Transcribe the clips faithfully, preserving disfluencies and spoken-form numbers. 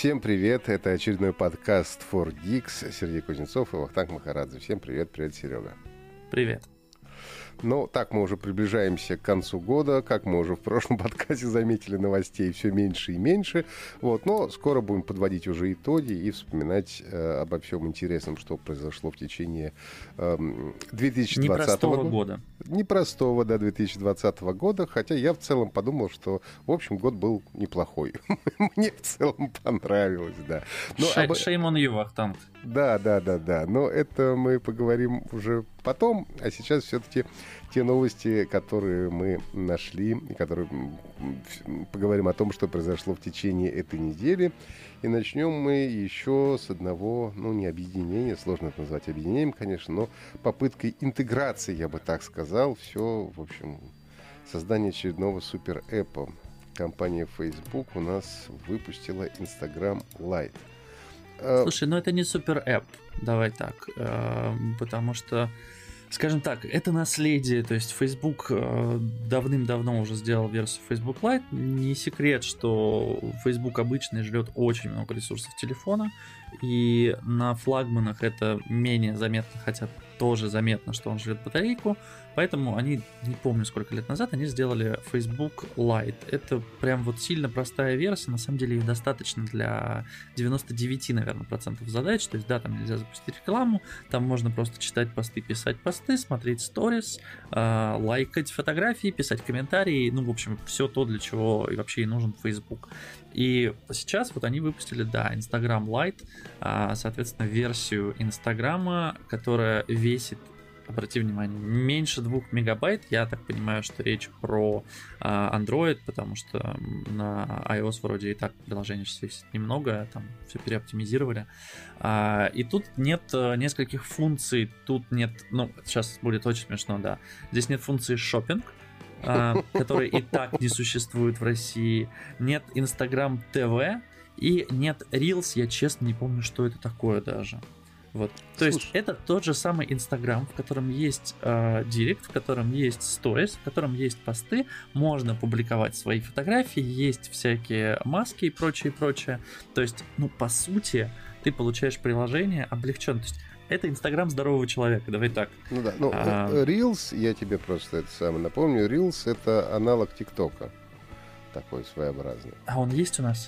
Всем привет, это очередной подкаст фор ди икс, Сергей Кузнецов и Вахтанг Махарадзе. Всем привет, привет, Серега. Привет. Ну, так мы уже приближаемся к концу года, как мы уже в прошлом подкасте заметили, новостей все меньше и меньше. Вот, но скоро будем подводить уже итоги и вспоминать э, обо всем интересном, что произошло в течение э, две тысячи двадцатого Непростого года. Непростого, да, две тысячи двадцатого года, хотя я в целом подумал, что, в общем, год был неплохой. Мне в целом понравилось, да. Но Sh- об... Shame on you, Вахтанг. Да, да, да, да. Но это мы поговорим уже потом, а сейчас все-таки те новости, которые мы нашли, и которые поговорим о том, что произошло в течение этой недели. И начнем мы еще с одного, ну, не объединения, сложно это назвать объединением, конечно, но попыткой интеграции, я бы так сказал. Все, в общем, создание очередного супер-эпа. Компания Facebook у нас выпустила Instagram Lite. Слушай, ну это не супер-эп, давай так, потому что, скажем так, это наследие, то есть Facebook давным-давно уже сделал версию Facebook Lite, не секрет, что Facebook обычный жрет очень много ресурсов телефона, и на флагманах это менее заметно, хотя тоже заметно, что он жрет батарейку, поэтому они, не помню сколько лет назад, они сделали Facebook Lite. Это прям вот сильно простая версия, на самом деле их достаточно для девяносто девять, наверное, процентов задач, то есть да, там нельзя запустить рекламу, там можно просто читать посты, писать посты, смотреть сторис, э, лайкать фотографии, писать комментарии, ну, в общем, все то, для чего и вообще и нужен Facebook. И сейчас вот они выпустили, да, Instagram Lite, соответственно, версию Инстаграма, которая весит, обрати внимание, меньше двух мегабайт. Я так понимаю, что речь про Android, потому что на iOS вроде и так приложение сейчас весит немного, там все переоптимизировали. И тут нет нескольких функций, тут нет, ну, сейчас будет очень смешно, да, здесь нет функции шопинг, который и так не существует в России, нет Instagram ти ви и нет Reels, я честно не помню, что это такое даже. Вот. То Слушай. есть это тот же самый Instagram, в котором есть э, Direct, в котором есть Stories, в котором есть посты, можно публиковать свои фотографии, есть всякие маски и прочее, прочее. То есть, ну, по сути, ты получаешь приложение облегченное. То есть это Инстаграм здорового человека, давай так. Ну да, ну, а... Reels, я тебе просто это самое напомню, Reels — это аналог ТикТока, такой своеобразный. А он есть у нас?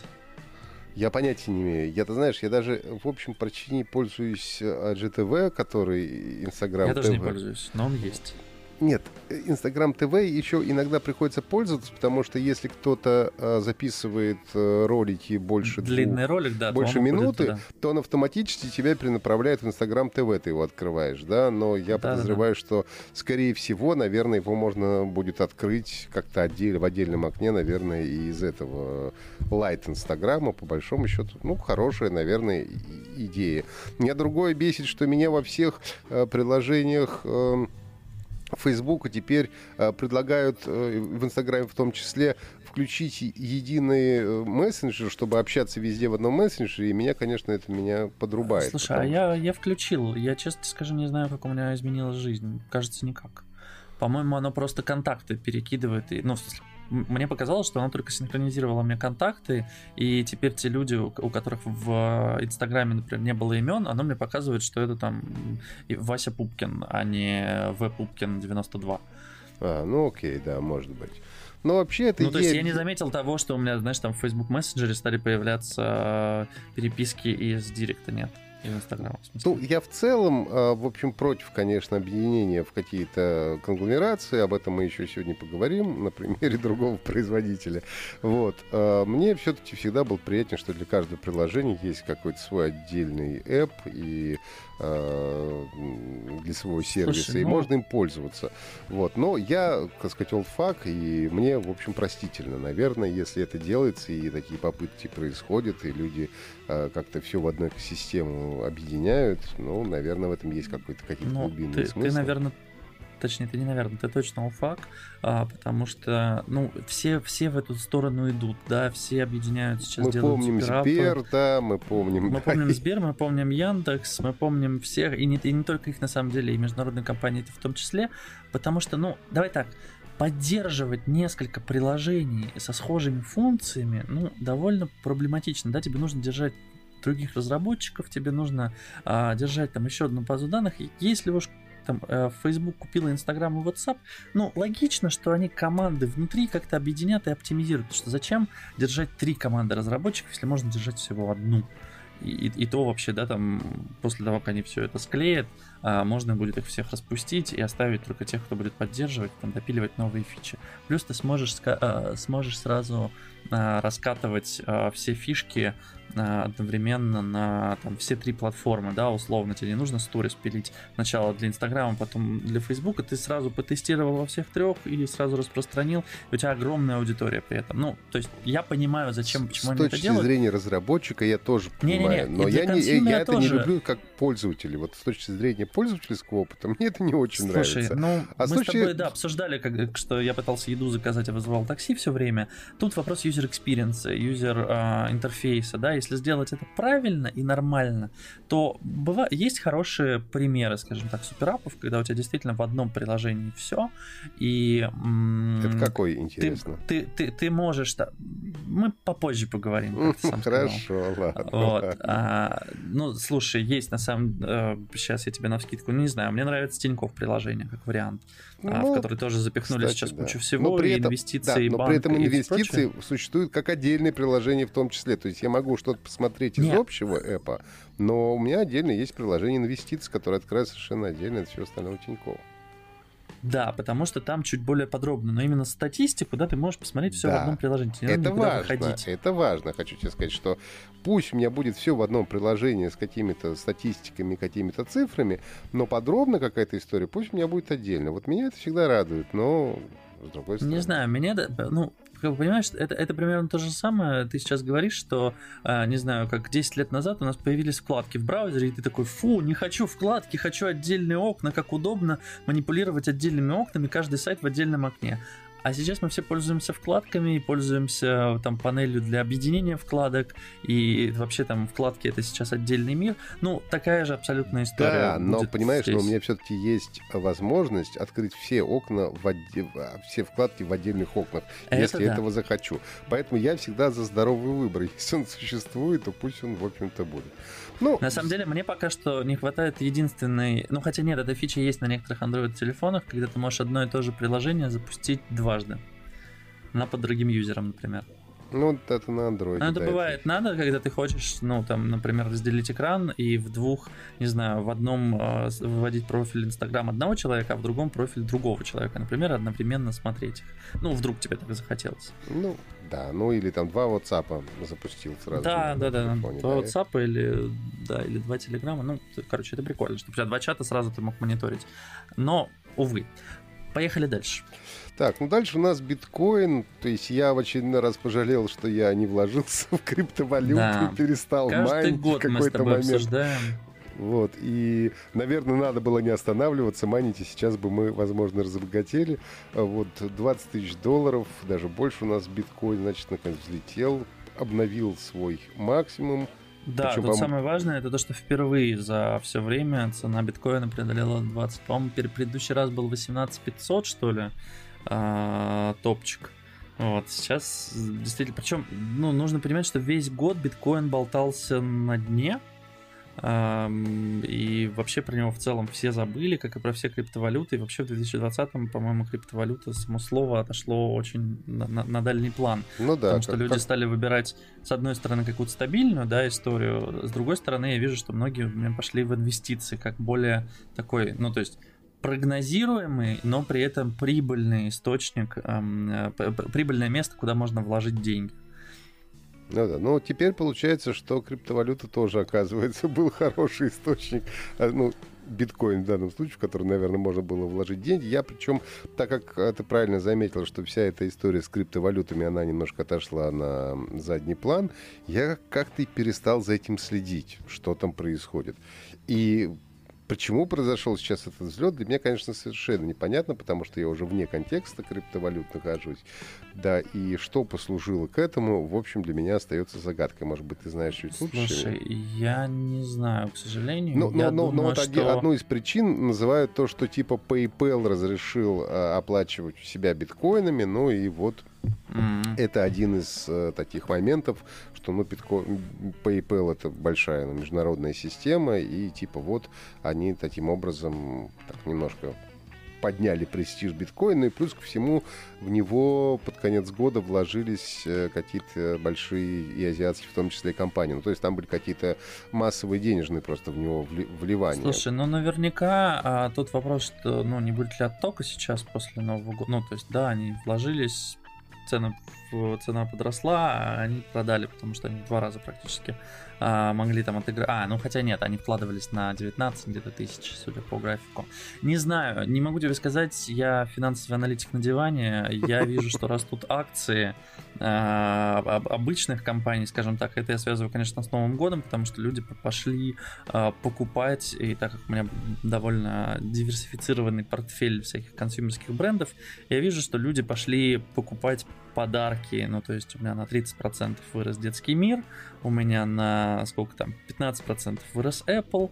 Я понятия не имею. Я, ты знаешь, я даже, в общем, почти не пользуюсь джи ти ви, который Инстаграм Я ти ви. тоже не пользуюсь, но он есть. Нет, Инстаграм ти ви еще иногда приходится пользоваться, потому что если кто-то э, записывает э, ролики больше длинный двух, ролик, да, больше минуты, то он автоматически тебя перенаправляет в Инстаграм ти ви, ты его открываешь, да, но я да, подозреваю, да. что, скорее всего, наверное, его можно будет открыть как-то отдельно, в отдельном окне, наверное, и из этого Лайт Инстаграма, по большому счету, ну, хорошая, наверное, идея. Меня другое бесит, что меня во всех э, приложениях э, Фейсбука теперь э, предлагают, э, в Инстаграме в том числе, включить единый мессенджер, чтобы общаться везде в одном мессенджере, и меня, конечно, это меня подрубает. Слушай, потому... а я, я включил. Я, честно скажу, не знаю, как у меня изменилась жизнь. Кажется, никак. По-моему, оно просто контакты перекидывает. И, ну, в смысле, мне показалось, что оно только синхронизировало мне контакты, и теперь те люди, у которых в Инстаграме, например, не было имен, оно мне показывает, что это там Вася Пупкин, а не В. Пупкин девяносто два. А, ну окей, да, может быть. Но вообще это... Ну, то есть я не заметил того, что у меня, знаешь, там в Facebook Messenger стали появляться переписки из Директа, нет. И в Инстаграм, в смысле. Ну, я в целом, в общем, против, конечно, объединения в какие-то конгломерации. Об этом мы еще сегодня поговорим на примере другого производителя. Вот. Мне все-таки всегда было приятнее, что для каждого приложения есть какой-то свой отдельный app и для своего сервиса, Слушай, и ну... можно им пользоваться. Вот. Но я, так сказать, олдфак, и мне, в общем, простительно, наверное, если это делается, и такие попытки происходят, и люди как-то все в одну экосистему объединяют, ну, наверное, в этом есть какой-то, какие-то ну, глубинные ты, смыслы. Ты, наверное, точнее, ты не наверное, ты точно олдфак, а, потому что, ну, все, все в эту сторону идут, да, все объединяют сейчас, мы делают помним суперапы. Сбер, да, мы помним... Мы помним Сбер, мы помним Яндекс, мы помним всех, и не, и не только их, на самом деле, и международные компании в том числе, потому что, ну, давай так, поддерживать несколько приложений со схожими функциями, ну, довольно проблематично, да, тебе нужно держать других разработчиков, тебе нужно а, держать там еще одну базу данных. Если уж там э, Facebook купила Instagram и WhatsApp, ну, логично, что они команды внутри как-то объединят и оптимизируют, потому что зачем держать три команды разработчиков, если можно держать всего одну? И, и, и то вообще, да, там, после того, как они все это склеят, а, можно будет их всех распустить и оставить только тех, кто будет поддерживать, там, допиливать новые фичи. Плюс ты сможешь, а, сможешь сразу а, раскатывать а, все фишки а, одновременно на там, все три платформы, да, условно. Тебе не нужно сторис пилить сначала для Инстаграма, потом для Фейсбука. Ты сразу потестировал во всех трех и сразу распространил. И у тебя огромная аудитория при этом. Ну, то есть я понимаю, зачем, почему они это делают. С точки зрения разработчика я тоже понимаю. Не, не, не. Но я, не, я это тоже... не люблю как пользователь. Вот с точки зрения пользовательского опыта мне это не очень Слушай, нравится. Ну, а мы точки... с тобой, да, обсуждали, как, что я пытался еду заказать, а вызывал такси все время. Тут вопрос user experience, user uh, интерфейса, да, если сделать это правильно и нормально, то бывает, есть хорошие примеры, скажем так, суперапов, когда у тебя действительно в одном приложении все, и... М- это какой, интересно? Ты, ты, ты, ты можешь... Да, мы попозже поговорим, как ты сам Хорошо, сказал. ладно. Вот. ладно. А, ну, слушай, есть на самом... Э, сейчас я тебе навскидку, не знаю, мне нравится Тинькофф приложение, как вариант, ну, а, в который тоже запихнули кстати, сейчас да. кучу всего, но при этом, и инвестиции, да, и но банк, при этом и инвестиции существуют как отдельные приложения в том числе. То есть я могу что-то посмотреть из Нет. общего эпа, но у меня отдельно есть приложение инвестиций, которое открывается совершенно отдельно от всего остального Тинькова. Да, потому что там чуть более подробно, но именно статистику, да, ты можешь посмотреть все да. в одном приложении. Тебе это важно, выходить. это важно. Хочу тебе сказать, что пусть у меня будет все в одном приложении с какими-то статистиками, какими-то цифрами, но подробно какая-то история, пусть у меня будет отдельно. Вот меня это всегда радует, но с другой стороны. Не знаю, меня, ну, как бы, понимаешь, это, это примерно то же самое. Ты сейчас говоришь, что, э, не знаю, как десять лет назад у нас появились вкладки в браузере, и ты такой, фу, не хочу вкладки, хочу отдельные окна, как удобно манипулировать отдельными окнами, каждый сайт в отдельном окне. А сейчас мы все пользуемся вкладками и пользуемся там панелью для объединения вкладок, и вообще там вкладки — это сейчас отдельный мир. Ну, такая же абсолютная история. Да, но понимаешь, здесь. но у меня все-таки есть возможность открыть все окна, в отде... все вкладки в отдельных окнах, это если да. этого захочу. Поэтому я всегда за здоровый выбор. Если он существует, то пусть он, в общем-то, будет. Ну, на самом деле, мне пока что не хватает единственной... Ну, хотя нет, эта фича есть на некоторых Android-телефонах, когда ты можешь одно и то же приложение запустить дважды. На под другим юзером, например. Ну, вот это на Android. Ну, это да, бывает это... надо, когда ты хочешь, ну, там, например, разделить экран и в двух, не знаю, в одном э, выводить профиль Instagram одного человека, а в другом профиль другого человека, например, одновременно смотреть их. Ну, вдруг тебе так захотелось. Ну, да, ну или там два WhatsApp запустил сразу. Да, да, да, телефоне, два да, WhatsApp или, да, или два Телеграма. Ну, короче, это прикольно, что у тебя два чата сразу ты мог мониторить. Но, увы. Поехали дальше. Так, ну дальше у нас биткоин. То есть я в очередной раз пожалел, что я не вложился в криптовалюту, да. перестал майнить в какой-то момент. Обсуждаем. Вот, и, наверное, надо было не останавливаться, майнить, и сейчас бы мы, возможно, разбогатели. Вот, двадцать тысяч долларов, даже больше у нас биткоин, значит, наконец взлетел, обновил свой максимум. Да, Причем, тут по-моему... самое важное, это то, что впервые за все время цена биткоина преодолела двадцать. По-моему, предыдущий раз был восемнадцать тысяч пятьсот, что ли, а, топчик. Вот, сейчас действительно... Причем, ну, нужно понимать, что весь год биткоин болтался на дне, и вообще про него в целом все забыли, как и про все криптовалюты. И вообще в две тысячи двадцатом, по-моему, криптовалюта, само слово, отошло очень на, на, на дальний план. Ну да. Потому что как, люди как... стали выбирать, с одной стороны, какую-то стабильную, да, историю, с другой стороны, я вижу, что многие у меня пошли в инвестиции, как более такой, ну, то есть прогнозируемый, но при этом прибыльный источник, эм, прибыльное место, куда можно вложить деньги. Ну да, ну теперь получается, что криптовалюта тоже, оказывается, был хороший источник, ну, биткоин в данном случае, в который, наверное, можно было вложить деньги. Я, причем, так как ты правильно заметил, что вся эта история с криптовалютами, она немножко отошла на задний план, я как-то и перестал за этим следить, что там происходит. И Почему произошел сейчас этот взлет, для меня, конечно, совершенно непонятно, потому что я уже вне контекста криптовалют нахожусь. Да, и что послужило к этому, в общем, для меня остается загадкой. Может быть, ты знаешь чуть лучше? Слушай, я не знаю, к сожалению. Ну, я но, думаю, но вот что... один, одну из причин называют то, что типа PayPal разрешил а, оплачивать у себя биткоинами, ну и вот mm-hmm. это один из а, таких моментов, что ну, битко... PayPal — это большая ну, международная система, и типа вот они таким образом так немножко подняли престиж биткоина, и плюс ко всему в него под конец года вложились какие-то большие и азиатские, в том числе, компании. Ну, то есть там были какие-то массовые денежные просто в него вливания. Слушай, ну наверняка а, тут вопрос, что ну, не будет ли оттока сейчас после Нового года. Ну, то есть, да, они вложились, цена, цена подросла, а они продали, потому что они в два раза практически а, могли там отыграть. А, ну хотя нет, они вкладывались на девятнадцать где-то тысяч, судя по графику. Не знаю, не могу тебе сказать, я финансовый аналитик на диване, я вижу, что растут акции а, обычных компаний, скажем так. Это я связываю, конечно, с Новым годом, потому что люди пошли а, покупать, и так как у меня довольно диверсифицированный портфель всяких консюмерских брендов, я вижу, что люди пошли покупать подарки, ну то есть у меня на тридцать процентов вырос детский мир, у меня на сколько там, пятнадцать процентов вырос Apple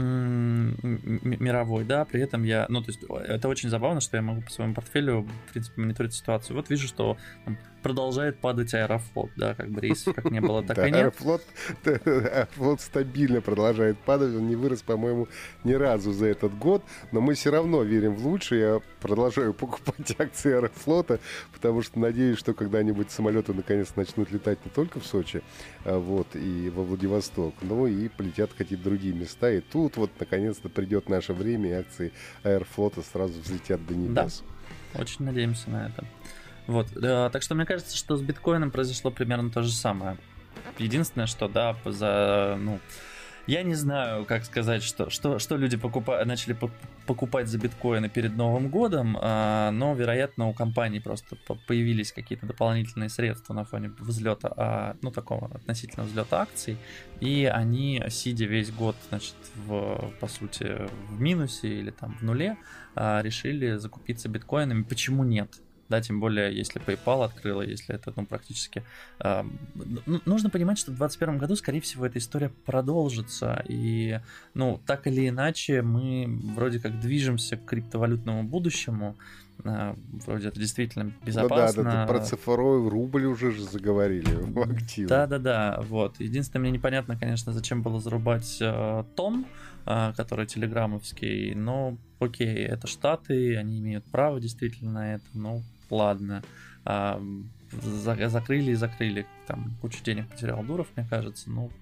м- м- мировой, да, при этом я, ну то есть это очень забавно, что я могу по своему портфелю, в принципе, мониторить ситуацию. Вот вижу, что там, продолжает падать Аэрофлот, да, как бы рейсов как не было, так и нет. Аэрофлот, Аэрофлот стабильно продолжает падать, он не вырос, по-моему, ни разу за этот год, но мы все равно верим в лучшее. Я продолжаю покупать акции Аэрофлота, потому что надеюсь, что когда-нибудь самолеты наконец начнут летать не только в Сочи, вот, и во Владивосток, но и полетят в какие-то другие места, и тут вот наконец-то придет наше время, и акции Аэрофлота сразу взлетят до небес. Да, очень надеемся на это. Вот, так что мне кажется, что с биткоином произошло примерно то же самое. Единственное, что, да, за, ну, я не знаю, как сказать, что, что, что люди покупа- начали покупать за биткоины перед Новым годом, но, вероятно, у компаний просто появились какие-то дополнительные средства на фоне взлета, ну, такого относительно взлета акций, и они, сидя весь год, значит, в, по сути, в минусе или там в нуле, решили закупиться биткоинами. Почему нет? Да, тем более, если PayPal открыла, если это, ну, практически... Э, ну, нужно понимать, что в двадцать первом году, скорее всего, эта история продолжится, и, ну, так или иначе, мы вроде как движемся к криптовалютному будущему, э, вроде это действительно безопасно. Ну да, да, про цифровой рубль уже же заговорили активно. Да-да-да, вот. Единственное, мне непонятно, конечно, зачем было зарубать э, тон, э, который телеграммовский, но, окей, это Штаты, они имеют право действительно на это, но... Ладно, а, за, закрыли и закрыли. Там кучу денег потерял Дуров, мне кажется. Ну,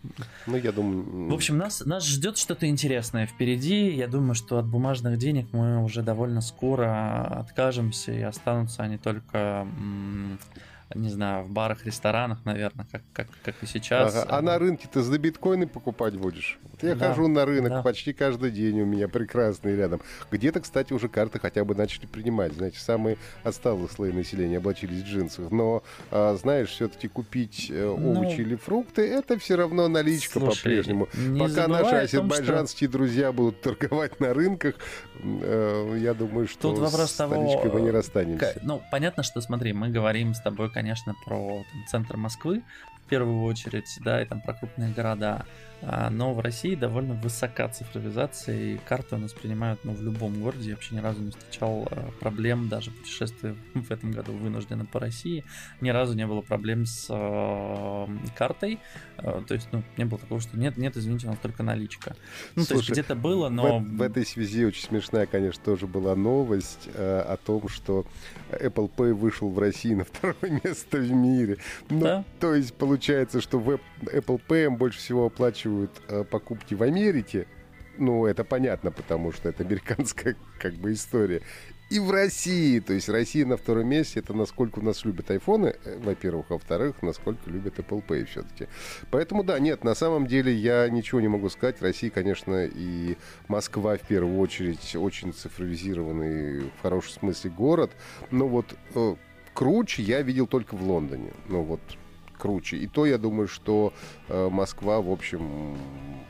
ну я думаю... В общем, нас, нас ждет что-то интересное впереди. Я думаю, что от бумажных денег мы уже довольно скоро откажемся, и останутся они только... М- не знаю, в барах, ресторанах, наверное, как, как, как и сейчас. Ага. А на рынке ты за биткоины покупать будешь? Вот я да, хожу на рынок да. почти каждый день, у меня прекрасный рядом. Где-то, кстати, уже карты хотя бы начали принимать. Знаете, самые отсталые слои населения облачились в джинсах. Но, а, знаешь, все-таки купить э, овощи ну, или фрукты, это все равно наличка слушай, по-прежнему. Пока наши азербайджанские том, что... друзья будут торговать на рынках, э, я думаю, что Тут вопрос с того, наличкой мы не расстанемся. Ну, понятно, что, смотри, мы говорим с тобой, конечно, про там, центр Москвы в первую очередь, да, и там про крупные города. Но в России довольно высока цифровизация, и карты у нас принимают, ну, в любом городе. Я вообще ни разу не встречал проблем, даже путешествуя в этом году вынужденно по России, ни разу не было проблем с э, картой. То есть, ну, не было такого, что нет, нет, извините, у нас только наличка. Ну, Слушай, то есть где-то было, но... В, в этой связи очень смешная, конечно, тоже была новость э, о том, что Apple Pay вышел в России на второе место в мире. Ну, да? То есть получается, что в Apple Pay больше всего оплачивают покупки в Америке, ну, это понятно, потому что это американская как бы история. И в России, то есть Россия на втором месте, это насколько у нас любят айфоны, во-первых, а во-вторых, насколько любят Apple Pay все-таки. Поэтому, да, нет, на самом деле я ничего не могу сказать. Россия, конечно, и Москва в первую очередь очень цифровизированный, в хорошем смысле, город. Но вот э, круче я видел только в Лондоне. Ну вот круче. И то, я думаю, что э, Москва, в общем,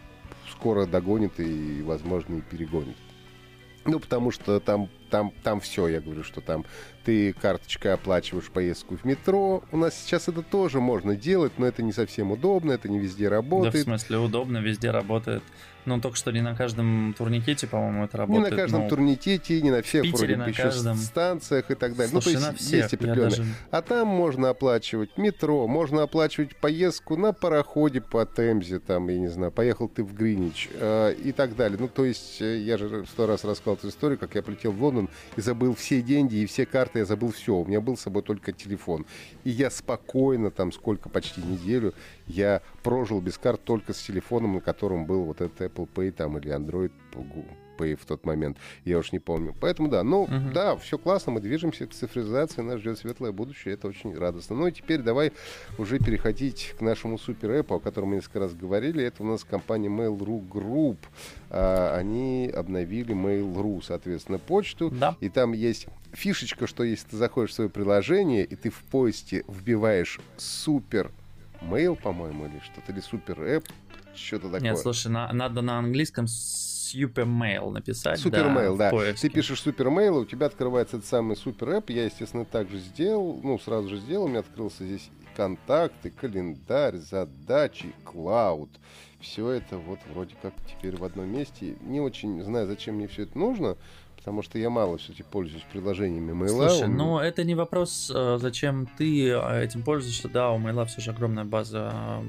скоро догонит и, возможно, и перегонит. Ну, потому что там, там, там все, я говорю, что там ты карточкой оплачиваешь поездку в метро. У нас сейчас это тоже можно делать, но это не совсем удобно, это не везде работает. Да, в смысле, удобно, везде работает. Ну, только что не на каждом турникете, по-моему, это работает. Не на каждом но... турникете, не на всех Питере, на еще каждом... станциях и так далее. Слушай, ну, то на есть всех, есть определенные. даже... А там можно оплачивать метро, можно оплачивать поездку на пароходе по Темзе, там, я не знаю, поехал ты в Гринвич э, и так далее. Ну, то есть я же сто раз рассказал эту историю, как я полетел в Лондон и забыл все деньги и все карты, я забыл все. У меня был с собой только телефон. И я спокойно, там, сколько, почти неделю, я прожил без карт только с телефоном, на котором был вот этот Apple Pay там или Android Pay в тот момент, я уж не помню. Поэтому да, ну uh-huh. да, все классно, мы движемся к цифровизации, нас ждет светлое будущее, это очень радостно. Ну и теперь давай уже переходить к нашему супер-эпу, о котором мы несколько раз говорили. Это у нас компания Mail.ru Group. А, они обновили Mail.ru, соответственно, почту, да. И там есть фишечка, что если ты заходишь в свое приложение и ты в поиске вбиваешь супер Mail, по-моему, или что-то, или супер эп, что-то такое. Нет, слушай, на, надо на английском Supermail написать. Supermail, да. да. Ты пишешь Supermail, у тебя открывается этот самый супер эп. Я, естественно, также сделал, ну, сразу же сделал. У меня открылся здесь контакты, календарь, задачи, клауд. Все это вот вроде как теперь в одном месте. Не очень знаю, зачем мне все это нужно, потому что я мало все-таки пользуюсь приложениями Mail.ru. Слушай, ну это не вопрос, зачем ты этим пользуешься. Да, у Mail.ru все же огромная база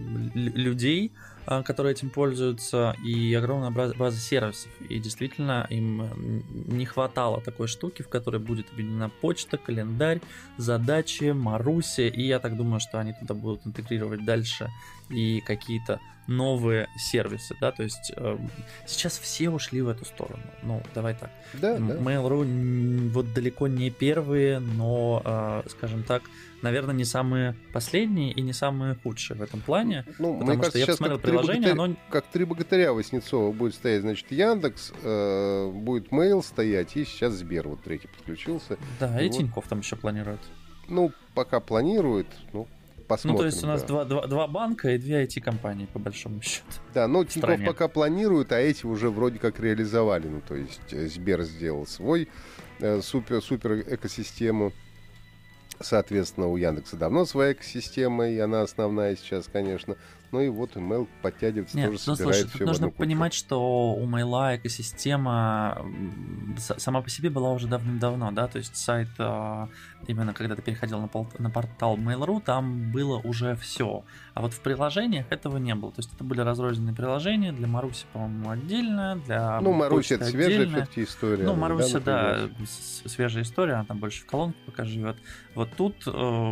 людей, которые этим пользуются, и огромная база сервисов. И действительно, им не хватало такой штуки, в которой будет объединена почта, календарь, задачи, Маруся. И я так думаю, что они туда будут интегрировать дальше и какие-то новые сервисы, да, то есть э, сейчас все ушли в эту сторону. Ну, давай так. Да, Mail.ru да. вот далеко не первые, но, э, скажем так, наверное, не самые последние и не самые худшие в этом плане. Ну, потому мне что кажется, я сейчас посмотрел как приложение, богатыря, оно... как три богатыря Васнецова будет стоять, значит, Яндекс, э, будет Mail стоять, и сейчас Сбер вот третий подключился. Да, и, и вот. Тинькофф там еще планирует. Ну, пока планирует, ну, посмотрим. Ну, то есть у нас да. два, два, два банка и две ай ти-компании, по большому счету. Да, но Тинькофф пока планирует, а эти уже вроде как реализовали. Ну, то есть Сбер сделал свой э, супер, супер экосистему. Соответственно, у Яндекса давно своя экосистема, и она основная сейчас, конечно. Ну и вот email подтягивается, Нет, тоже ну, собирает слушай, все тут в нужно одну кучу. понимать, что у Mail экосистема сама по себе была уже давным-давно, да, то есть сайт, именно когда ты переходил на, пол, на портал Mail.ru, там было уже все, а вот в приложениях этого не было, то есть это были разрозненные приложения, для Маруси, по-моему, отдельно, для Ну, Маруси это свежая отдельно. все-таки история. Ну, Маруся, да, да свежая история, она там больше в колонке пока живет. Вот тут э,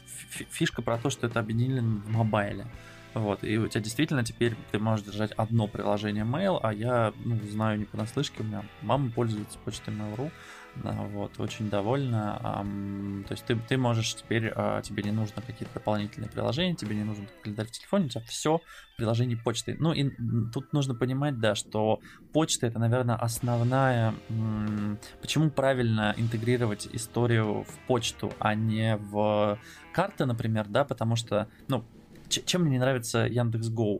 фишка про то, что это объединили в мобайле. Вот, и у тебя действительно теперь ты можешь держать одно приложение Mail, а я, ну, знаю не понаслышке, у меня мама пользуется почтой Mail.ru, вот, очень довольна. То есть ты, ты можешь теперь, тебе не нужно какие-то дополнительные приложения, тебе не нужен календарь в телефоне, у тебя все в приложении почты. Ну и тут нужно понимать, да, что почта — это, наверное, основная... Почему правильно интегрировать историю в почту, а не в карты, например, да, потому что, ну, чем мне не нравится Яндекс.Гоу?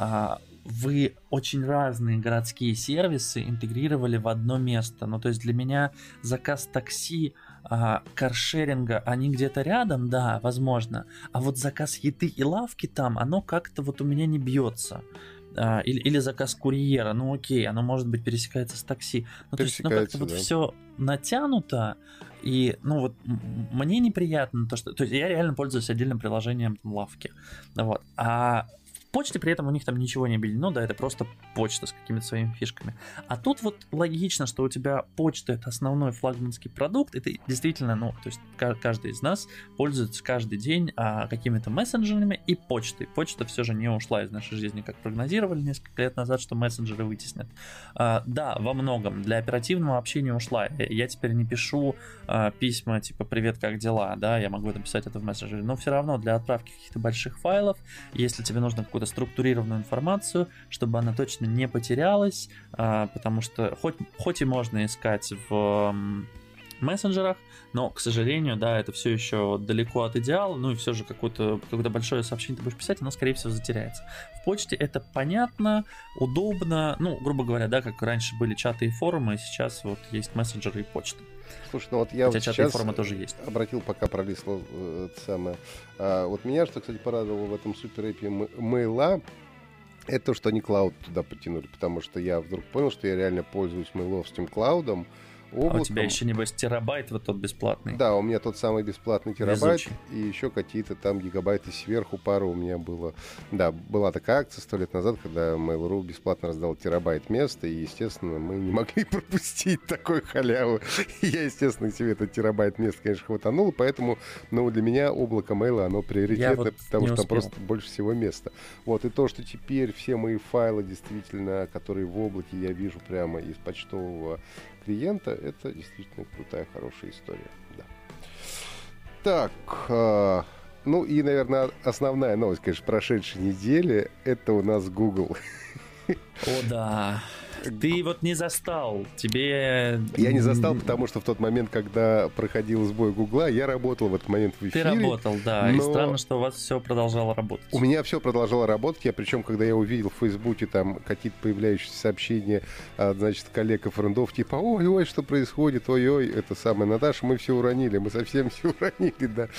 Вы очень разные городские сервисы интегрировали в одно место. Ну, то есть для меня заказ такси, каршеринга, они где-то рядом, да, возможно. А вот заказ еды и лавки там, оно как-то вот у меня не бьется. Или, или заказ курьера, ну окей, оно может быть пересекается с такси. Ну, то есть, ну, как-то вот да. все натянуто. И, ну, вот мне неприятно то, что... То есть я реально пользуюсь отдельным приложением там, лавки. Вот. А в почте при этом у них там ничего не объединено, да, это просто почта с какими-то своими фишками. А тут вот логично, что у тебя почта — это основной флагманский продукт, и ты действительно, ну, то есть каждый из нас пользуется каждый день а, какими-то мессенджерами и почтой. Почта все же не ушла из нашей жизни, как прогнозировали несколько лет назад, что мессенджеры вытеснят. А, да, во многом для оперативного общения ушла. Я теперь не пишу а, письма типа «Привет, как дела?», да, я могу написать это в мессенджере, но все равно для отправки каких-то больших файлов, если тебе нужно какую-то структурированную информацию, чтобы она точно не потерялась, а, потому что хоть, хоть и можно искать в мессенджерах, но, к сожалению, да, это все еще далеко от идеала, ну и все же какое-то, какое-то большое сообщение ты будешь писать, оно, скорее всего, затеряется. В почте это понятно, удобно, ну, грубо говоря, да, как раньше были чаты и форумы, сейчас вот есть мессенджеры и почта. Слушай, ну вот я Хотя вот чаты сейчас и форумы тоже есть. Обратил, пока пролистал э, это самое. А, вот меня, что, кстати, порадовало в этом суперэпе Мейла, это то, что они клауд туда потянули, потому что я вдруг понял, что я реально пользуюсь мейловским клаудом, облаком. А у тебя еще, небось, терабайт вот тот бесплатный? Да, у меня тот самый бесплатный терабайт. Везучий. И еще какие-то там гигабайты сверху пару у меня было. Да, была такая акция сто лет назад, когда Mail.ru бесплатно раздал терабайт места, и, естественно, мы не могли пропустить такой халявы. И я, естественно, себе этот терабайт места, конечно, хватанул, поэтому, ну, для меня облако Mail, оно приоритетное, вот потому что там просто больше всего места. Вот, и то, что теперь все мои файлы, действительно, которые в облаке я вижу прямо из почтового клиента, это действительно крутая, хорошая история. Да. Так, э, ну и, наверное, основная новость, конечно, прошедшей недели, это у нас Google. О, да. Ты вот не застал, тебе... Я не застал, потому что в тот момент, когда проходил сбой Гугла, я работал в этот момент в эфире. Ты работал, да, но... и странно, что у вас все продолжало работать. У меня все продолжало работать, я причем, когда я увидел в Фейсбуке там какие-то появляющиеся сообщения, значит, коллег и френдов, типа, ой-ой, что происходит, ой-ой, это самое, Наташа, мы все уронили, мы совсем все уронили, да.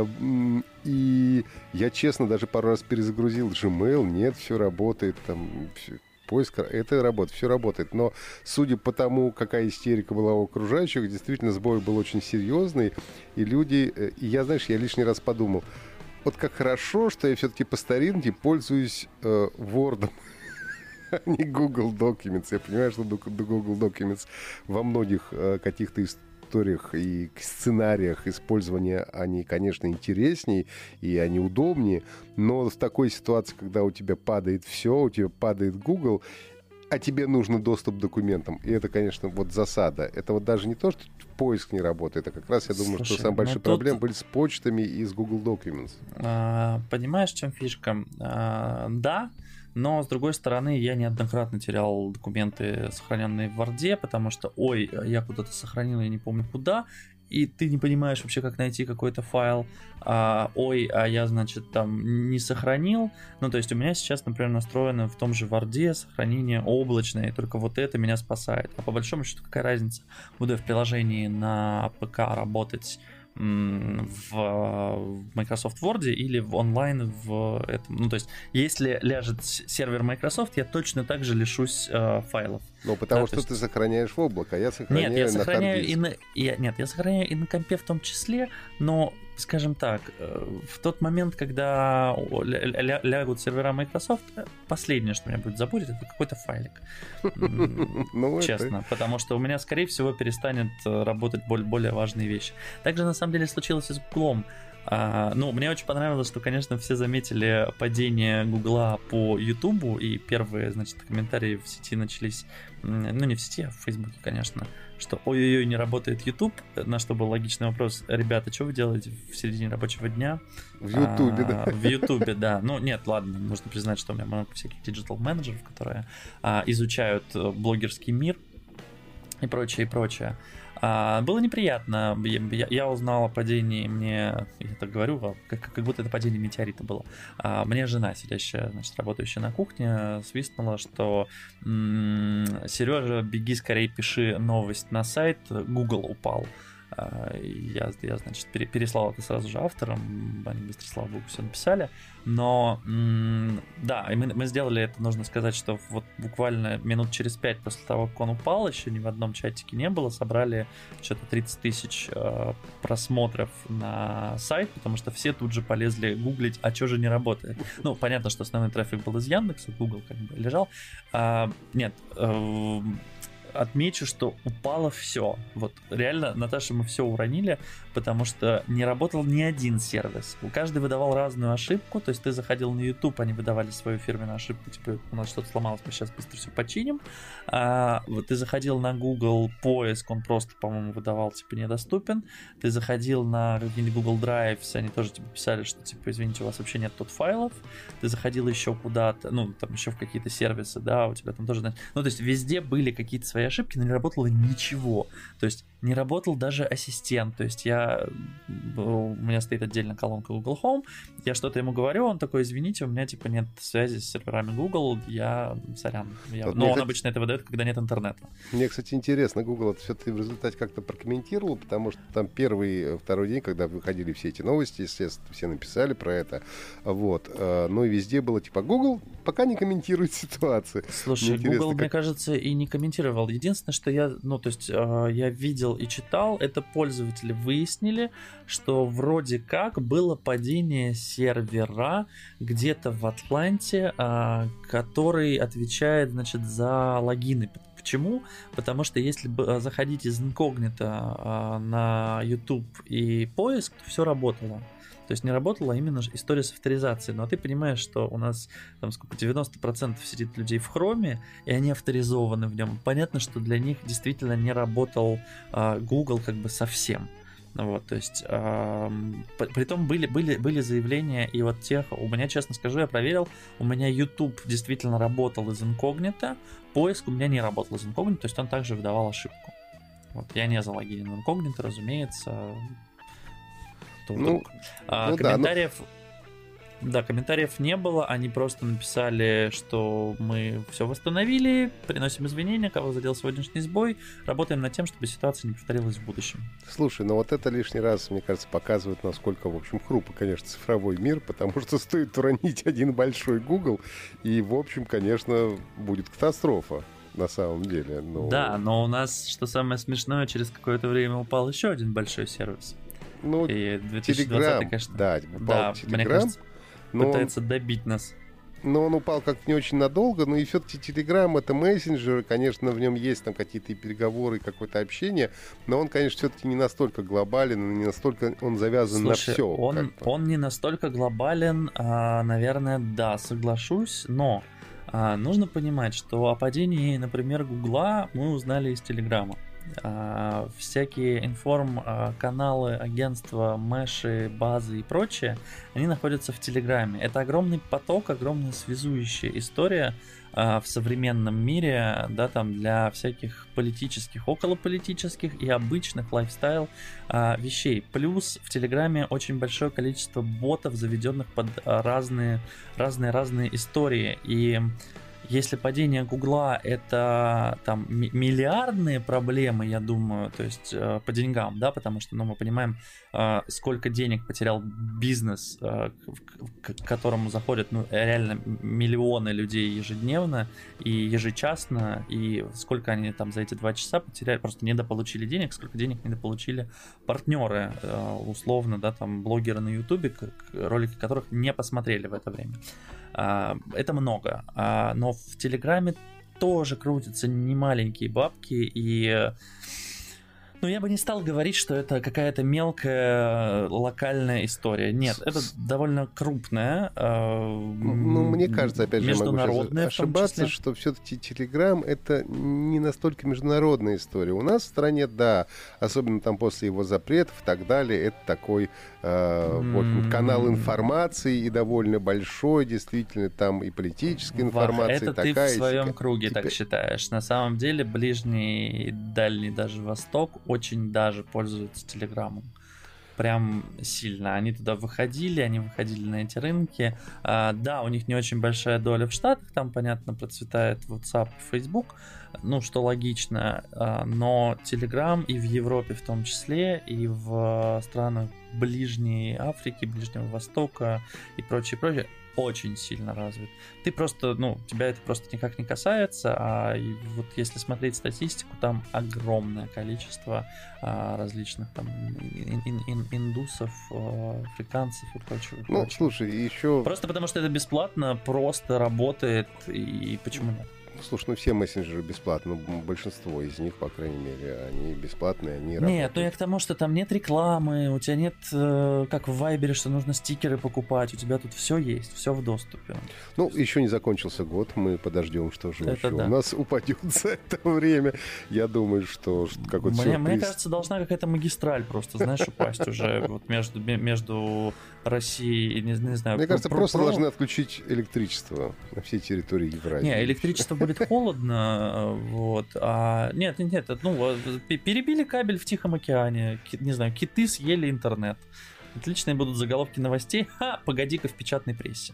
И я, честно, даже пару раз перезагрузил Gmail, нет, все работает, там, все... Поиск, это работает, все работает. Но судя по тому, какая истерика была у окружающих, действительно сбой был очень серьезный. И люди... И я, знаешь, я лишний раз подумал, вот как хорошо, что я все-таки по старинке пользуюсь э, Word, а не Google Documents. Я понимаю, что Google Documents во многих э, каких-то историях историях и сценариях использования они, конечно, интереснее и они удобнее, но в такой ситуации, когда у тебя падает все, у тебя падает Google, а тебе нужен доступ к документам, и это, конечно, вот засада. Это вот даже не то, что поиск не работает, а как раз я думаю, Слушай, что самые большие тут... проблемы были с почтами и с Google Documents. А, понимаешь, в чем фишка? А, да, но, с другой стороны, я неоднократно терял документы, сохраненные в Word, потому что, ой, я куда-то сохранил, я не помню куда, и ты не понимаешь вообще, как найти какой-то файл, а, ой, а я, значит, там не сохранил. Ну, то есть у меня сейчас, например, настроено в том же Word сохранение облачное, и только вот это меня спасает. А по большому счету, какая разница, буду я в приложении на ПК работать в Microsoft Word или в онлайн в этом. Ну, то есть, если ляжет сервер Microsoft, я точно так же лишусь э, файлов. Ну, потому да, что есть... ты сохраняешь в облако, а я сохраняю нет, я на сохраняю и на... я... Нет, я сохраняю и на компе в том числе, но, скажем так, в тот момент, когда ля... лягут сервера Microsoft, последнее, что меня будет забудет, это какой-то файлик. Честно. Потому что у меня, скорее всего, перестанет работать более важные вещи. Также, на самом деле, случилось и с Гуглом. А, ну, мне очень понравилось, что, конечно, все заметили падение Гугла по Ютубу, и первые, значит, комментарии в сети начались, ну, не в сети, а в Фейсбуке, конечно, что ой-ой-ой, не работает YouTube, на что был логичный вопрос: ребята, что вы делаете в середине рабочего дня? В Ютубе, а, да. В Ютубе, да. Ну, нет, ладно, нужно признать, что у меня много всяких диджитал-менеджеров, которые а, изучают блогерский мир и прочее, и прочее. А, было неприятно. Я, я узнал о падении, мне, я так говорю, как, как будто это падение метеорита было. А, мне жена, сидящая, значит, работающая на кухне, свистнула, что м- Сережа, беги скорее, пиши новость на сайт, Google упал. Я, я, значит, переслал это сразу же авторам, они быстро, слава богу, все написали. Но, да, и мы, мы сделали это, нужно сказать, что вот буквально минут через пять после того, как он упал, еще ни в одном чатике не было, собрали что-то тридцать тысяч э, просмотров на сайт, потому что все тут же полезли гуглить, а что же не работает. Ну, понятно, что основной трафик был из Яндекса, Google как бы лежал. А, нет, э, отмечу, что упало все. Вот реально, Наташа, мы все уронили, потому что не работал ни один сервис. Каждый выдавал разную ошибку, то есть ты заходил на YouTube, они выдавали свою фирменную ошибку, типа у нас что-то сломалось, мы сейчас быстро все починим. А, вот ты заходил на Google поиск, он просто, по-моему, выдавал типа недоступен. Ты заходил на какие-нибудь Google Drives, они тоже типа писали, что типа извините, у вас вообще нет тут файлов. Ты заходил еще куда-то, ну там еще в какие-то сервисы, да, у тебя там тоже, ну то есть везде были какие-то свои ошибки, но не работало ничего. То есть не работал даже ассистент. То есть я, у меня стоит отдельно колонка Google Home, я что-то ему говорю, он такой, извините, у меня типа нет связи с серверами Google, я, сорян. Я... Вот Но он кстати, обычно это выдает, когда нет интернета. Мне, кстати, интересно, Google это все-таки в результате как-то прокомментировал, потому что там первый, второй день, когда выходили все эти новости, естественно, все написали про это, вот, ну и везде было типа, Google пока не комментирует ситуацию. Слушай, мне Google, как... мне кажется, и не комментировал. Единственное, что я, ну, то есть, э, я видел и читал, это пользователи выяснили, что вроде как было падение сервера где-то в Атланте, э, который отвечает, значит, за логины. Почему? Потому что если заходить из инкогнито э, на YouTube и поиск, то все работало. То есть не работала именно история с авторизацией. Но ты понимаешь, что у нас там сколько, девяносто процентов сидит людей в Chrome, и они авторизованы в нем. Понятно, что для них действительно не работал э, Google как бы совсем. Вот, то есть, э, притом были, были, были заявления и вот тех, у меня, честно скажу, я проверил, у меня YouTube действительно работал из инкогнито, поиск у меня не работал из инкогнито, то есть он также выдавал ошибку. Вот, я не залогинен в инкогнито, разумеется. Ну, а, ну, комментариев, да, ну... да, комментариев не было, они просто написали, что мы все восстановили, приносим извинения, кого задел сегодняшний сбой, работаем над тем, чтобы ситуация не повторилась в будущем. Слушай, ну вот это лишний раз, мне кажется, показывает, насколько, в общем, хрупок, конечно, цифровой мир, потому что стоит уронить один большой Google, и, в общем, конечно, будет катастрофа. На самом деле. Но... Да, но у нас, что самое смешное, через какое-то время упал еще один большой сервис. Ну, и две тысячи двадцатый, Telegram, конечно, да, упал да, Telegram, мне кажется, но пытается он, добить нас. Но он упал как-то не очень надолго, но и все-таки Telegram — это мессенджер, конечно, в нем есть там какие-то переговоры, какое-то общение, но он, конечно, все-таки не настолько глобален, не настолько он завязан Слушай, на все. Он, он не настолько глобален, а, наверное, да, соглашусь, но а, нужно понимать, что о падении, например, Гугла мы узнали из Телеграма. Uh, всякие информ-каналы, агентства, мэши, базы и прочее, они находятся в Телеграме. Это огромный поток, огромная связующая история uh, в современном мире, да, там для всяких политических, околополитических и обычных лайфстайл uh, вещей. Плюс в Телеграме очень большое количество ботов, заведенных под uh, разные, разные, разные истории. И если падение Гугла — это там миллиардные проблемы, я думаю, то есть э, по деньгам, да, потому что, ну, мы понимаем, э, сколько денег потерял бизнес, э, к, к которому заходят, ну, реально миллионы людей ежедневно и ежечасно, и сколько они там за эти два часа потеряли, просто недополучили денег, сколько денег недополучили партнеры, э, условно, да, там, блогеры на Ютубе, ролики которых не посмотрели в это время. Это много, но в Телеграме тоже крутятся немаленькие бабки, и ну, я бы не стал говорить, что это какая-то мелкая локальная история. Нет, это довольно крупная, ну, мне кажется, опять же, международная, могу ошибаться, что все-таки Telegram — это не настолько международная история. У нас в стране, да, особенно там после его запретов и так далее, это такой э, вот, канал информации и довольно большой, действительно, там и политическая информация, это такая. Это ты в своем сика. круге Теперь... так считаешь. На самом деле Ближний и Дальний даже Восток очень даже пользуются Телеграмом. Прям сильно. Они туда выходили, они выходили на эти рынки. А, да, у них не очень большая доля в Штатах, там, понятно, процветает WhatsApp и Facebook, ну, что логично, а, но Telegram и в Европе в том числе, и в странах Ближней Африки, Ближнего Востока и прочее, прочее, очень сильно развит. Ты просто, ну, тебя это просто никак не касается, а и вот если смотреть статистику, там огромное количество а, различных там ин- ин- ин- индусов, а, африканцев и прочего. Ну, прочего. слушай, еще... Просто потому что это бесплатно, просто работает, и почему нет? Слушай, ну все мессенджеры бесплатны, ну, большинство из них, по крайней мере, они бесплатные, они работают. Нет, ну я к тому, что там нет рекламы, у тебя нет, э, как в Вайбере, что нужно стикеры покупать, у тебя тут все есть, все в доступе. Ну, еще не закончился год, мы подождем, что же это еще да. у нас упадет за это время. Я думаю, что какой-то мне, сюрприз. Мне кажется, должна какая-то магистраль просто, знаешь, упасть уже вот между, между Россией и, не, не знаю... Мне кажется, про, просто про... должны отключить электричество на всей территории Евразии. Не, электричество будет холодно, вот. А нет, нет, нет, ну перебили кабель в Тихом океане, не знаю, киты съели интернет. Отличные будут заголовки новостей. Ха, погоди-ка в печатной прессе.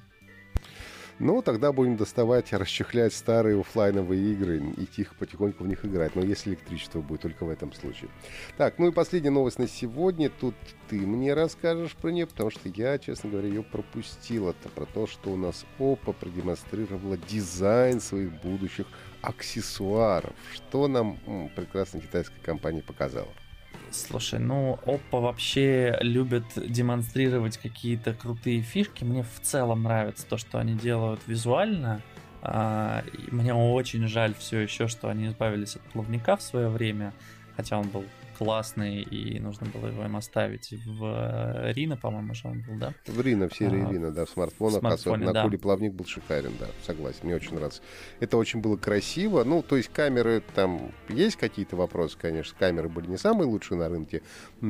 Ну, тогда будем доставать, расчехлять старые офлайновые игры и тихо потихоньку в них играть. Но если электричество будет только в этом случае. Так, ну и последняя новость на сегодня. Тут ты мне расскажешь про нее, потому что я, честно говоря, ее пропустил. Это про то, что у нас Oppo продемонстрировала дизайн своих будущих аксессуаров. Что нам м, прекрасная китайская компания показала? Слушай, ну, Oppo вообще любят демонстрировать какие-то крутые фишки. Мне в целом нравится то, что они делают визуально. А, и мне очень жаль все еще, что они избавились от плавника в свое время, хотя он был классный, и нужно было его им оставить. В Reno, по-моему, же он был, да? В Reno, в серии а, Reno, да, в смартфонах. смартфоне, особенно да. на Куле плавник был шикарен, да, согласен, мне очень нравится. Это очень было красиво. Ну, то есть камеры, там есть какие-то вопросы, конечно. Камеры были не самые лучшие на рынке,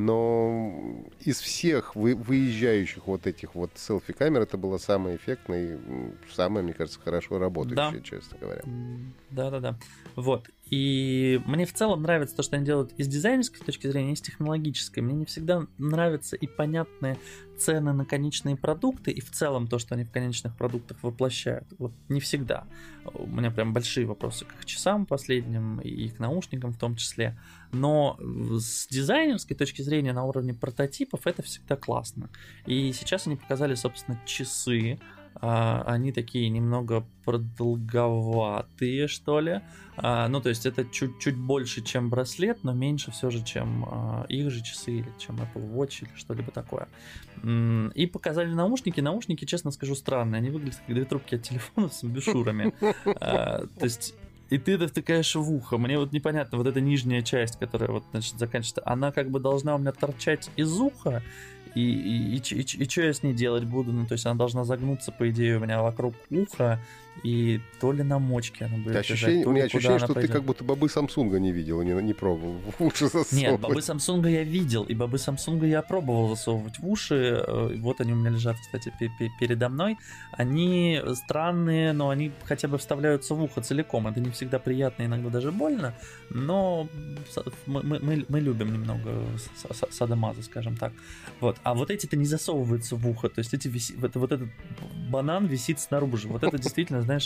но из всех вы, выезжающих вот этих вот селфи-камер это была самая эффектная и самая, мне кажется, хорошо работающая, да. Честно говоря. Да-да-да. Вот. И мне в целом нравится то, что они делают и с дизайнерской точки зрения, и с технологической. Мне не всегда нравятся и понятные цены на конечные продукты, и в целом то, что они в конечных продуктах воплощают. Вот не всегда. У меня прям большие вопросы к часам последним и к наушникам в том числе. Но с дизайнерской точки зрения на уровне прототипов это всегда классно. И сейчас они показали, собственно, часы. Uh, они такие немного продолговатые, что ли. Uh, ну, то есть это чуть-чуть больше, чем браслет, но меньше все же, чем uh, их же часы, или чем Apple Watch, или что-либо такое. Mm, и показали наушники. Наушники, честно скажу, странные. Они выглядят как две трубки от телефонов с амбушюрами. Uh, то есть... И ты это втыкаешь в ухо. Мне вот непонятно, вот эта нижняя часть, которая вот, значит, заканчивается, она как бы должна у меня торчать из уха, и, и, и, и, и, и что я с ней делать буду? Ну, то есть она должна загнуться, по идее, у меня вокруг уха, и то ли на мочке она будет ощущение, лежать, то у меня ли ощущение, что пойдет. ты как будто бобы Самсунга не видел, не, не пробовал в уши засовывать. Нет, бобы Самсунга я видел, и бобы Самсунга я пробовал засовывать в уши. Вот они у меня лежат, кстати, передо мной. Они странные, но они хотя бы вставляются в ухо целиком. Это не всегда приятно, иногда даже больно, но мы, мы, мы любим немного садомаза, скажем так. Вот. А вот эти-то не засовываются в ухо, то есть эти виси... вот, вот этот банан висит снаружи. Вот это действительно, знаешь,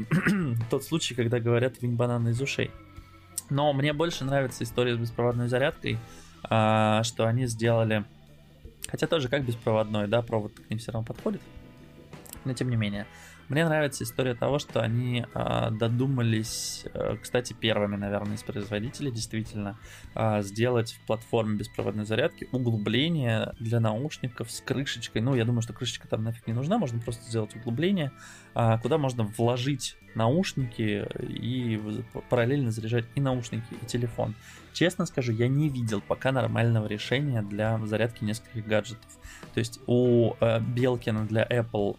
тот случай, когда говорят «вынь банан из ушей». Но мне больше нравится история с беспроводной зарядкой, а, что они сделали, хотя тоже как беспроводной, да, провод к ним все равно подходит, но тем не менее. Мне нравится история того, что они а, додумались, а, кстати, первыми, наверное, из производителей, действительно, а, сделать в платформе беспроводной зарядки углубление для наушников с крышечкой. Ну, я думаю, что крышечка там нафиг не нужна, можно просто сделать углубление, а, куда можно вложить наушники и параллельно заряжать и наушники, и телефон. Честно скажу, я не видел пока нормального решения для зарядки нескольких гаджетов. То есть у а, Белкина для Apple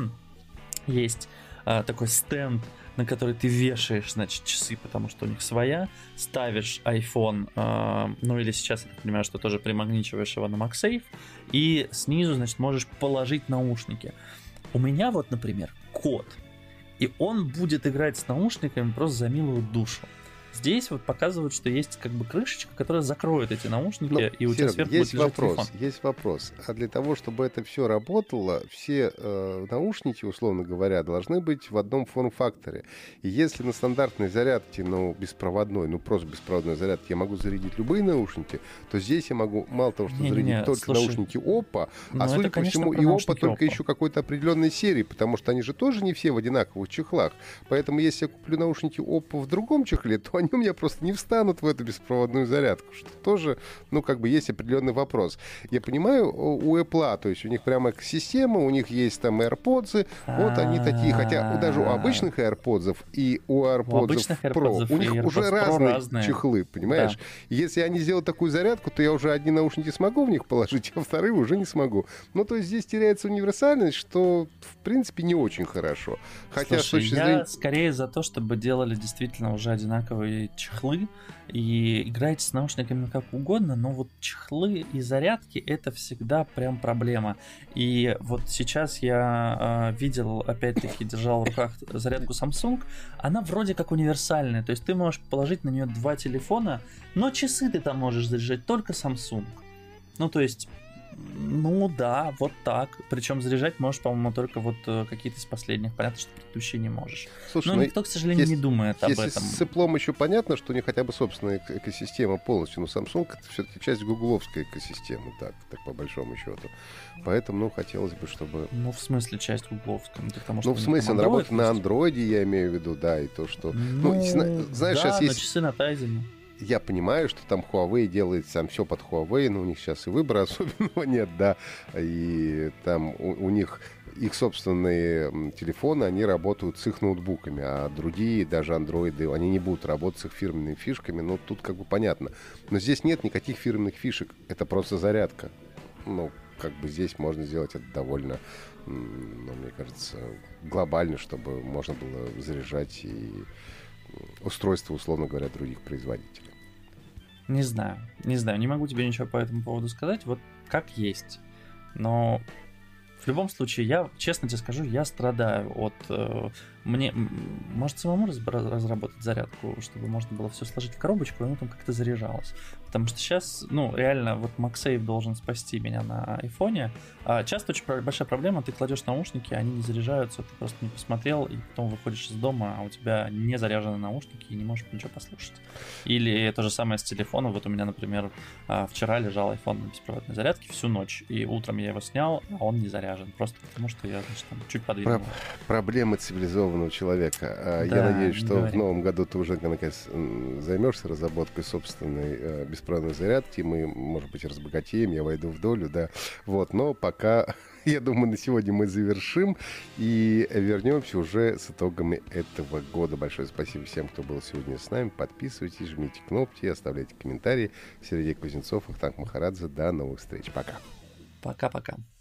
есть а, такой стенд, на который ты вешаешь, значит, часы, потому что у них своя, ставишь iPhone, а, ну или сейчас, я так понимаю, что тоже примагничиваешь его на MagSafe, и снизу, значит, можешь положить наушники. У меня вот, например, кот, и он будет играть с наушниками просто за милую душу. Здесь вот показывают, что есть как бы крышечка, которая закроет эти наушники, ну, и у тебя сверху будет лежать вопрос, телефон. Есть вопрос. А для того, чтобы это все работало, все э, наушники, условно говоря, должны быть в одном форм-факторе. И если на стандартной зарядке, ну, беспроводной, ну, просто беспроводной зарядке я могу зарядить любые наушники, то здесь я могу мало того, что не, зарядить не, не, только слушай, наушники Oppo, а, судя это, по всему, и Oppo только Oppo. Еще какой-то определенной серии, потому что они же тоже не все в одинаковых чехлах. Поэтому если я куплю наушники Oppo в другом чехле, то они у меня просто не встанут в эту беспроводную зарядку, что тоже, ну, как бы есть определенный вопрос. Я понимаю, у Apple, то есть у них прямо система, у них есть там AirPods, вот они такие, хотя даже у обычных AirPods и у AirPods Pro, у них уже разные чехлы, понимаешь? Если они сделают такую зарядку, то я уже одни наушники смогу в них положить, а вторые уже не смогу. Ну, то есть здесь теряется универсальность, что, в принципе, не очень хорошо. Хотя, слушай, с точки я зрения... скорее за то, чтобы делали действительно уже одинаковые дешевые чехлы и играете с наушниками как угодно, но вот чехлы и зарядки — это всегда прям проблема. И вот сейчас я э, видел, опять-таки, держал в руках зарядку Samsung, она вроде как универсальная, то есть ты можешь положить на нее два телефона, но часы ты там можешь заряжать только Samsung. Ну, то есть... Ну да, вот так. Причем заряжать можешь, по-моему, только вот э, какие-то из последних. Понятно, что предыдущие не можешь. Слушай, но ну, никто, к сожалению, если, не думает об если этом. С Apple еще понятно, что у них хотя бы собственная экосистема полностью, но Samsung — это все-таки часть гугловской экосистемы, так, так по большому счету. Поэтому, ну, хотелось бы, чтобы... Ну, в смысле, часть гугловская. Ну, потому, что ну в смысле, он работает на андроиде, я имею в виду, да, и то, что... Ну, ну знаешь, да, сейчас есть... есть... часы на Тайзене. Я понимаю, что там Huawei делает сам все под Huawei, но у них сейчас и выбора особенного нет, да, и там у, у них их собственные телефоны, они работают с их ноутбуками, а другие, даже андроиды, они не будут работать с их фирменными фишками, ну, тут как бы понятно. Но здесь нет никаких фирменных фишек, это просто зарядка. Ну, как бы здесь можно сделать это довольно, ну, мне кажется, глобально, чтобы можно было заряжать и устройства, условно говоря, других производителей. Не знаю, не знаю, не могу тебе ничего по этому поводу сказать, вот как есть. Но в любом случае, я, честно тебе скажу, я страдаю от... Э, мне, может, самому раз, разработать зарядку, чтобы можно было все сложить в коробочку, и оно там как-то заряжалось. Потому что сейчас, ну, реально, вот MagSafe должен спасти меня на айфоне. А часто очень большая проблема, ты кладешь наушники, они не заряжаются, ты просто не посмотрел, и потом выходишь из дома, а у тебя не заряжены наушники, и не можешь ничего послушать. Или то же самое с телефоном. Вот у меня, например, вчера лежал iPhone на беспроводной зарядке всю ночь, и утром я его снял, а он не заряжен, просто потому что я, значит, там чуть подвинул. Про- проблемы цивилизованного человека. Да, я надеюсь, что говори. В новом году ты уже наконец займешься разработкой собственной э, беспроводной зарядки. Мы, может быть, разбогатеем, я войду в долю, да. Вот, но пока, я думаю, на сегодня мы завершим и вернемся уже с итогами этого года. Большое спасибо всем, кто был сегодня с нами. Подписывайтесь, жмите кнопки, оставляйте комментарии. Сергей Кузнецов, Ахтанг Махарадзе. До новых встреч. Пока. Пока-пока.